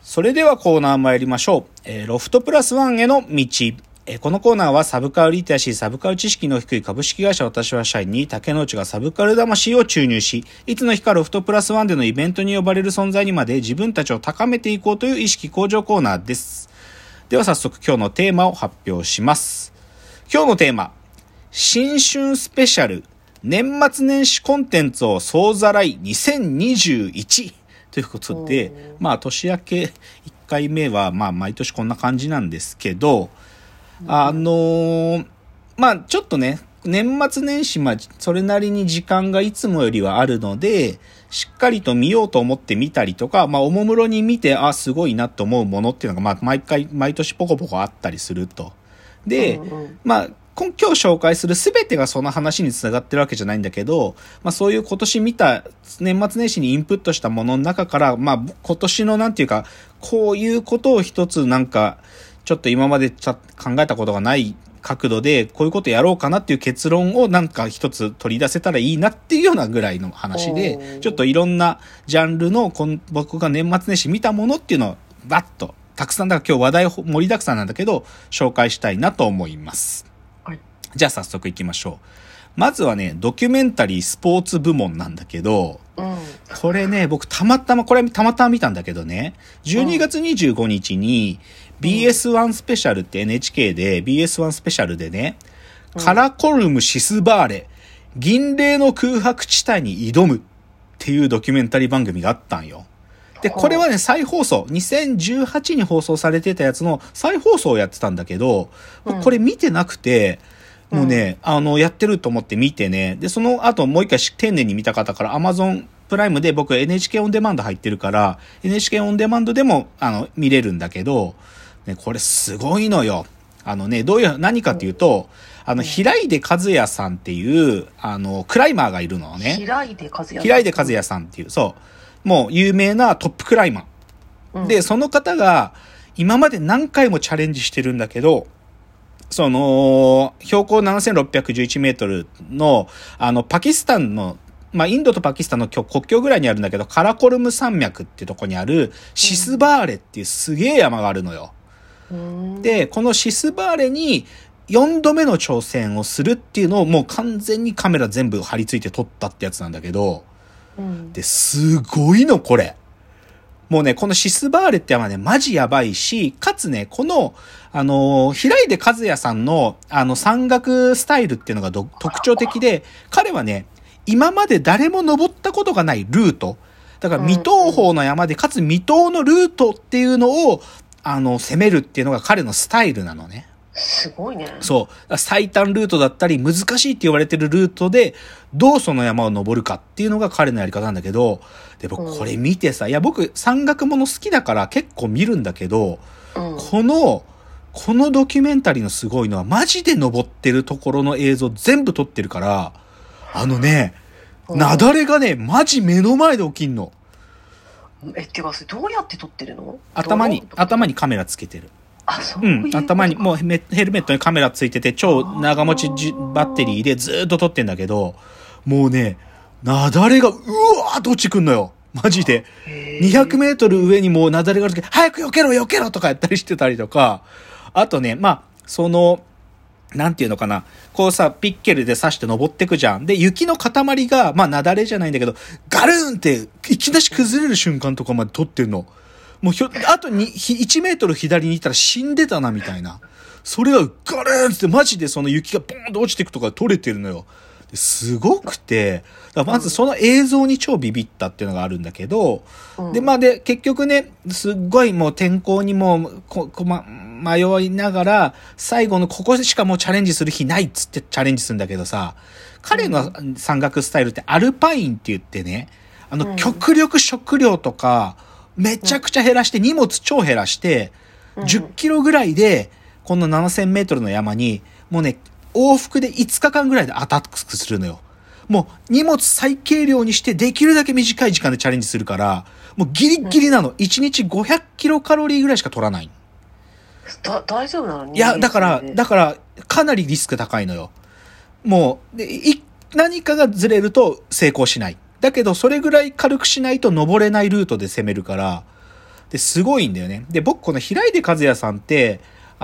それではコーナー参りましょう。ロフトプラスワンへの道。このコーナーはサブカルリテラシー、サブカル知識の低い株式会社私は社員に竹之内がサブカル魂を注入し、いつの日かロフトプラスワンでのイベントに呼ばれる存在にまで自分たちを高めていこうという意識向上コーナーです。では早速今日のテーマを発表します。今日のテーマ、新春スペシャル年末年始コンテンツを総ざらい2021ということで、年明け1回目は毎年こんな感じなんですけど、ちょっとね、年末年始それなりに時間がいつもよりはあるので、しっかりと見ようと思って見たりとか、おもむろに見て、すごいなと思うものっていうのが、毎年ポコポコあったりすると。で、今日紹介するすべてがその話につながってるわけじゃないんだけど、そういう今年見た年末年始にインプットしたものの中から、今年のこういうことを一つちょっと今まで考えたことがない角度でこういうことやろうかなっていう結論を一つ取り出せたらいいなっていうようなぐらいの話で、ちょっといろんなジャンルの僕が年末年始見たものっていうのをバッとたくさん今日話題盛りだくさんなんだけど紹介したいなと思います。じゃあ早速行きましょう。まずはね、ドキュメンタリースポーツ部門なんだけど、これね、僕たまたま見たんだけどね、12月25日に BS1 スペシャルって NHK で BS1 スペシャルでね、カラコルムシスバーレ、銀嶺の空白地帯に挑むっていうドキュメンタリー番組があったんよ。で、これはね、再放送、2018に放送されてたやつの再放送をやってたんだけど、これ見てなくて、もうね、やってると思って見てね。で、その後もう一回丁寧に見た方から Amazon プライムで僕 NHK オンデマンド入ってるから、NHK オンデマンドでも見れるんだけど、ね、これすごいのよ。何かっていうと、平出和也さんっていう、クライマーがいるのね。平出和也さんっていう、そう。もう有名なトップクライマー。で、その方が今まで何回もチャレンジしてるんだけど、標高7611メートルの、パキスタンの、インドとパキスタンの国境ぐらいにあるんだけど、カラコルム山脈っていうとこにある、シスバーレっていうすげえ山があるのよ。で、このシスバーレに4度目の挑戦をするっていうのをもう完全にカメラ全部張り付いて撮ったってやつなんだけど、で、すごいの、これ。もうね、このシスバーレって山ね、マジやばいし、かつね、この、平出和也さんの、山岳スタイルっていうのが特徴的で、彼はね、今まで誰も登ったことがないルート。だから未踏峰の山で、かつ未踏のルートっていうのを、攻めるっていうのが彼のスタイルなのね。 すごいね。 そう。最短ルートだったり、難しいって言われてるルートで、どうその山を登るかっていうのが彼のやり方なんだけど、で、僕これ見てさ、僕山岳もの好きだから結構見るんだけど、このドキュメンタリーのすごいのは、マジで登ってるところの映像全部撮ってるから、雪崩がね、マジ目の前で起きんの。 てか、それどうやって撮ってるの？ 頭にカメラつけてる。 そういうことか。 頭に、もうヘルメットにカメラついてて、超長持ちバッテリーでずーっと撮ってんだけど、もうね、雪崩がうわーっと落ちてくんのよ。マジで。200メートル上にもう雪崩がある時、早く避けろとかやったりしてたりとか、あとね、なんていうのかな、こうさ、ピッケルで刺して登ってくじゃん。で、雪の塊が、雪崩じゃないんだけど、ガルーンっていきなし崩れる瞬間とかまで撮ってんの。もうあと1メートル左にいたら死んでたなみたいな。それがガルーンってマジでその雪がボーンと落ちていくとか撮れてるのよ。すごくて、まずその映像に超ビビったっていうのがあるんだけど、で、結局ね、すっごいもう天候にも迷いながら、最後のここしかもうチャレンジする日ないっつってチャレンジするんだけどさ、彼の山岳スタイルってアルパインって言ってね、極力食料とか、めちゃくちゃ減らして、荷物超減らして、10キロぐらいで、この7000メートルの山に、もうね、往復で5日間ぐらいでアタックするのよ。もう荷物最軽量にしてできるだけ短い時間でチャレンジするから、もうギリギリなの。1日500キロカロリーぐらいしか取らない。 大丈夫なの？ いや、だから、かなりリスク高いのよ。もう、何かがずれると成功しない。だけど、それぐらい軽くしないと登れないルートで攻めるから、 で、すごいんだよね。で、僕この平出和也さんって、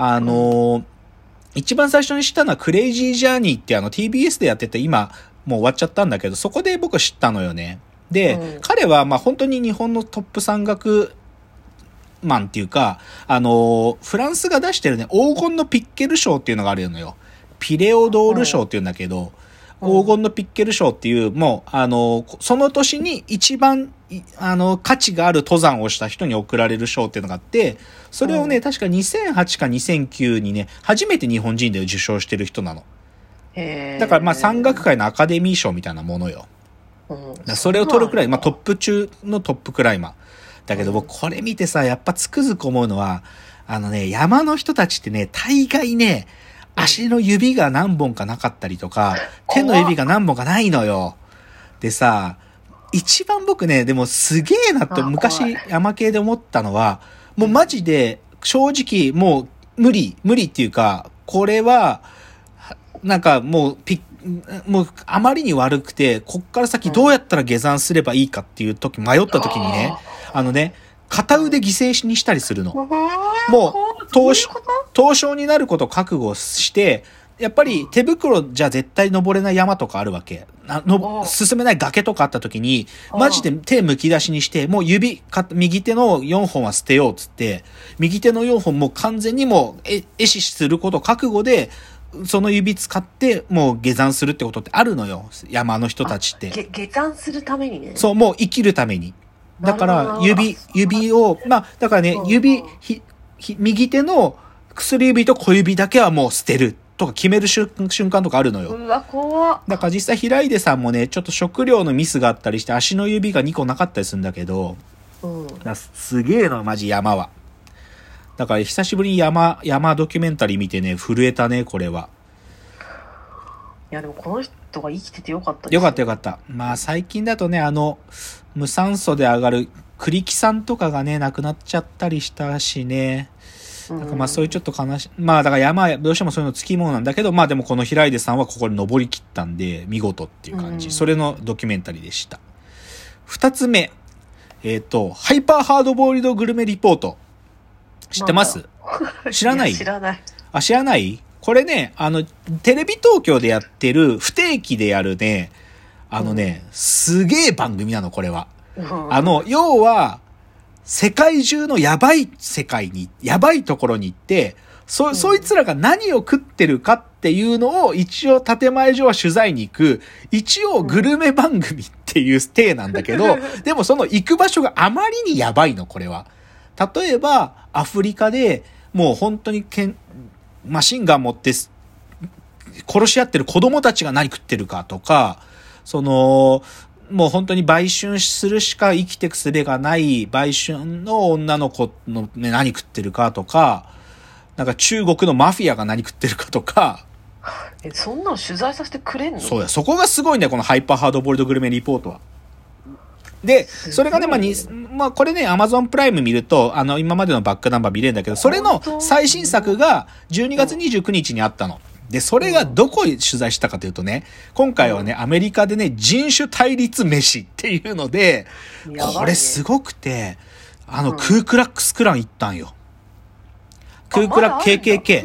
一番最初に知ったのはクレイジージャーニーってTBS でやってて今もう終わっちゃったんだけど、そこで僕知ったのよね。で、彼は本当に日本のトップ山岳マンっていうか、フランスが出してるね、黄金のピッケル賞っていうのがあるのよ。ピレオドール賞っていうんだけど、黄金のピッケル賞っていう、もう、その年に一番、価値がある登山をした人に贈られる賞っていうのがあって、それをね、確か2008か2009にね、初めて日本人で受賞してる人なの。だから山岳界のアカデミー賞みたいなものよ。それを取るくらい、トップ中のトップクライマー。だけど僕これ見てさ、やっぱつくづく思うのは、山の人たちってね、大概ね、足の指が何本かなかったりとか、手の指が何本かないのよ。でさ、一番僕ね、でもすげえなって昔山系で思ったのは、もうマジで正直もう無理っていうか、これは、なんかもうあまりに悪くて、こっから先どうやったら下山すればいいかっていう時、迷った時にね、片腕犠牲にしたりするの。もう、凍傷になることを覚悟して、やっぱり手袋じゃ絶対登れない山とかあるわけ。進めない崖とかあった時に、マジで手むき出しにして、もう右手の4本は捨てようっつって、右手の4本もう完全にもう壊死することを覚悟で、その指使ってもう下山するってことってあるのよ。山の人たちって。 下山するためにね。 そう、もう生きるために。だから指を、だからね、右手の薬指と小指だけはもう捨てるとか決める瞬間とかあるのよ。 うわ、怖っ。 だから実際平出さんもね、ちょっと食料のミスがあったりして足の指が2個なかったりするんだけど、すげえの、マジ山は。だから久しぶりに山ドキュメンタリー見てね、震えたね、これは。 いや、でもこの人が生きててよかったです。 よかった。最近だとね、無酸素で上がる栗木さんとかがね、亡くなっちゃったりしたしね。なんかそういうちょっと悲しい。だから山、どうしてもそういうのつきものなんだけど、でもこの平出さんはここに登り切ったんで、見事っていう感じ。それのドキュメンタリーでした。二つ目。ハイパーハードボイルドグルメリポート。知ってます？知らない？ 知らない。 知らない？これね、テレビ東京でやってる、不定期でやるね、すげえ番組なの、これは。要は、世界中のやばいところに行って、そいつらが何を食ってるかっていうのを一応建前上は取材に行く、一応グルメ番組っていう体なんだけど、でもその行く場所があまりにやばいの、これは。例えば、アフリカでもう本当にマシンガン持って殺し合ってる子供たちが何食ってるかとか、もう本当に売春するしか生きていく術がない売春の女の子の、ね、何食ってるかとか、なんか中国のマフィアが何食ってるかとか。 そんなの取材させてくれんの？ そうや、そこがすごいんだよ、このハイパーハードボイルドグルメリポートは。で、それがね、これね、Amazon プライム見ると、今までのバックナンバー見れるんだけど、それの最新作が12月29日にあったの。で、それがどこに取材したかというとね、今回はね、アメリカでね、人種対立飯っていうので、これすごくて、クークラックスクラン行ったんよ。クークラック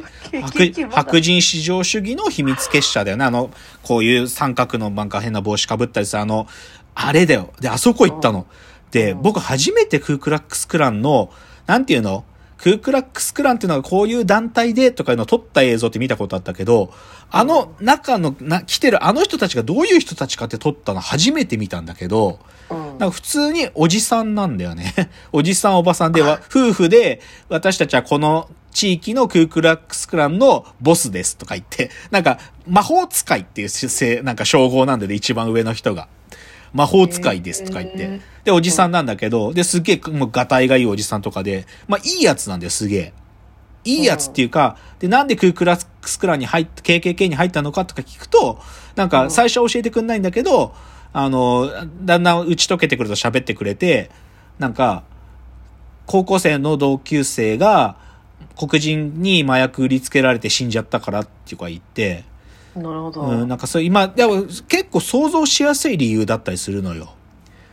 KKK。白人至上主義の秘密結社だよね。こういう三角の変な帽子かぶったりさ、あれだよ。で、あそこ行ったの。で、僕初めてクークラックスクランの、なんていうの？クークラックスクランっていうのがこういう団体でとかいうのを撮った映像って見たことあったけど、中の、来てるあの人たちがどういう人たちかって撮ったの初めて見たんだけど、なんか普通におじさんなんだよね。おじさんおばさんで夫婦で、私たちはこの地域のクークラックスクランのボスですとか言って、なんか魔法使いっていうなんか称号なんでね、一番上の人が。魔法使いですとか言って。で、おじさんなんだけど、で、すっげえ、もう、がたいがいいおじさんとかで、いいやつなんだよ、すげえ。いいやつっていうか、で、なんでクークラックスクランにKKK に入ったのかとか聞くと、なんか、最初教えてくんないんだけど、だんだん打ち解けてくると喋ってくれて、なんか、高校生の同級生が、黒人に麻薬売りつけられて死んじゃったからっていうか言って、 なるほど。 なんかそうでも結構想像しやすい理由だったりするのよ。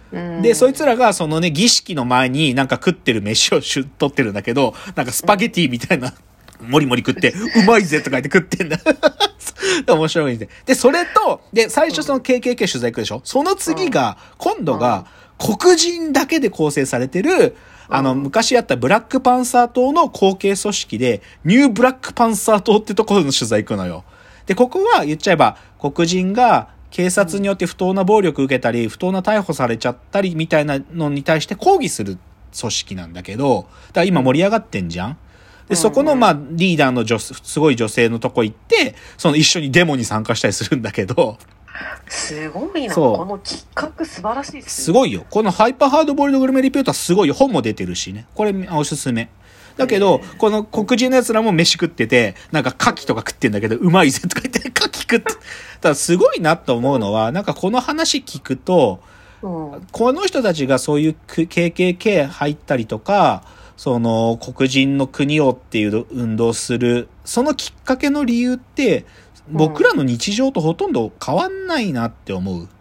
で、そいつらがそのね、儀式の前になんか食ってる飯を取ってるんだけど、なんかスパゲティみたいな、もりもり食って、うまいぜとか言って食ってんだ。面白いんで。で、それと、で、最初その KKK 取材行くでしょ？その次が、今度が、黒人だけで構成されてる、昔あったブラックパンサー党の後継組織で、ニューブラックパンサー党ってところの取材行くのよ。で、ここは言っちゃえば、黒人が警察によって不当な暴力受けたり、不当な逮捕されちゃったりみたいなのに対して抗議する組織なんだけど、だから今盛り上がってんじゃん。で、そこの、リーダーのすごい女性のとこ行って、一緒にデモに参加したりするんだけど。 すごいな。この企画素晴らしいですね。 すごいよ。このハイパーハードボイルドグルメリピュートはすごいよ。本も出てるしね。これ、おすすめ。だけど、この黒人の奴らも飯食ってて、なんか牡蠣とか食ってんだけど、うまいぜとか言って、牡蠣食って。だからすごいなと思うのは、なんかこの話聞くと、この人たちがそういう KKK 入ったりとか、黒人の国をっていう運動する、そのきっかけの理由って、僕らの日常とほとんど変わんないなって思う。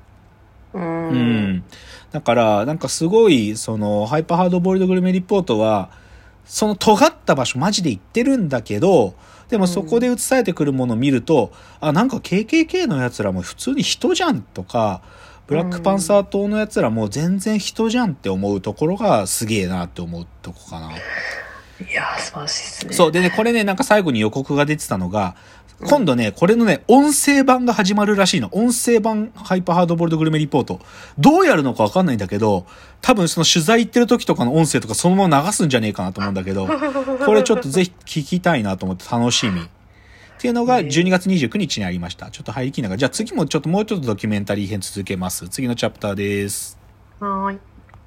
だから、なんかすごい、ハイパーハードボイルドグルメリポートは、その尖った場所マジで行ってるんだけど、でもそこで映されてくるものを見ると、なんか KKK の奴らも普通に人じゃんとか、ブラックパンサー党の奴らも全然人じゃんって思うところがすげえなって思うとこかな。 いやー、素晴らしいですね。 そう。でね、これね、なんか最後に予告が出てたのが、今度ね、これのね、音声版が始まるらしいの。音声版ハイパーハードボイルドグルメリポート。どうやるのかわかんないんだけど、多分その取材行ってる時とかの音声とかそのまま流すんじゃねえかなと思うんだけど、これちょっとぜひ聞きたいなと思って楽しみ。っていうのが12月29日にありました。ちょっと入りきりながら、じゃあ次ももうちょっとドキュメンタリー編続けます。次のチャプターです。 はい。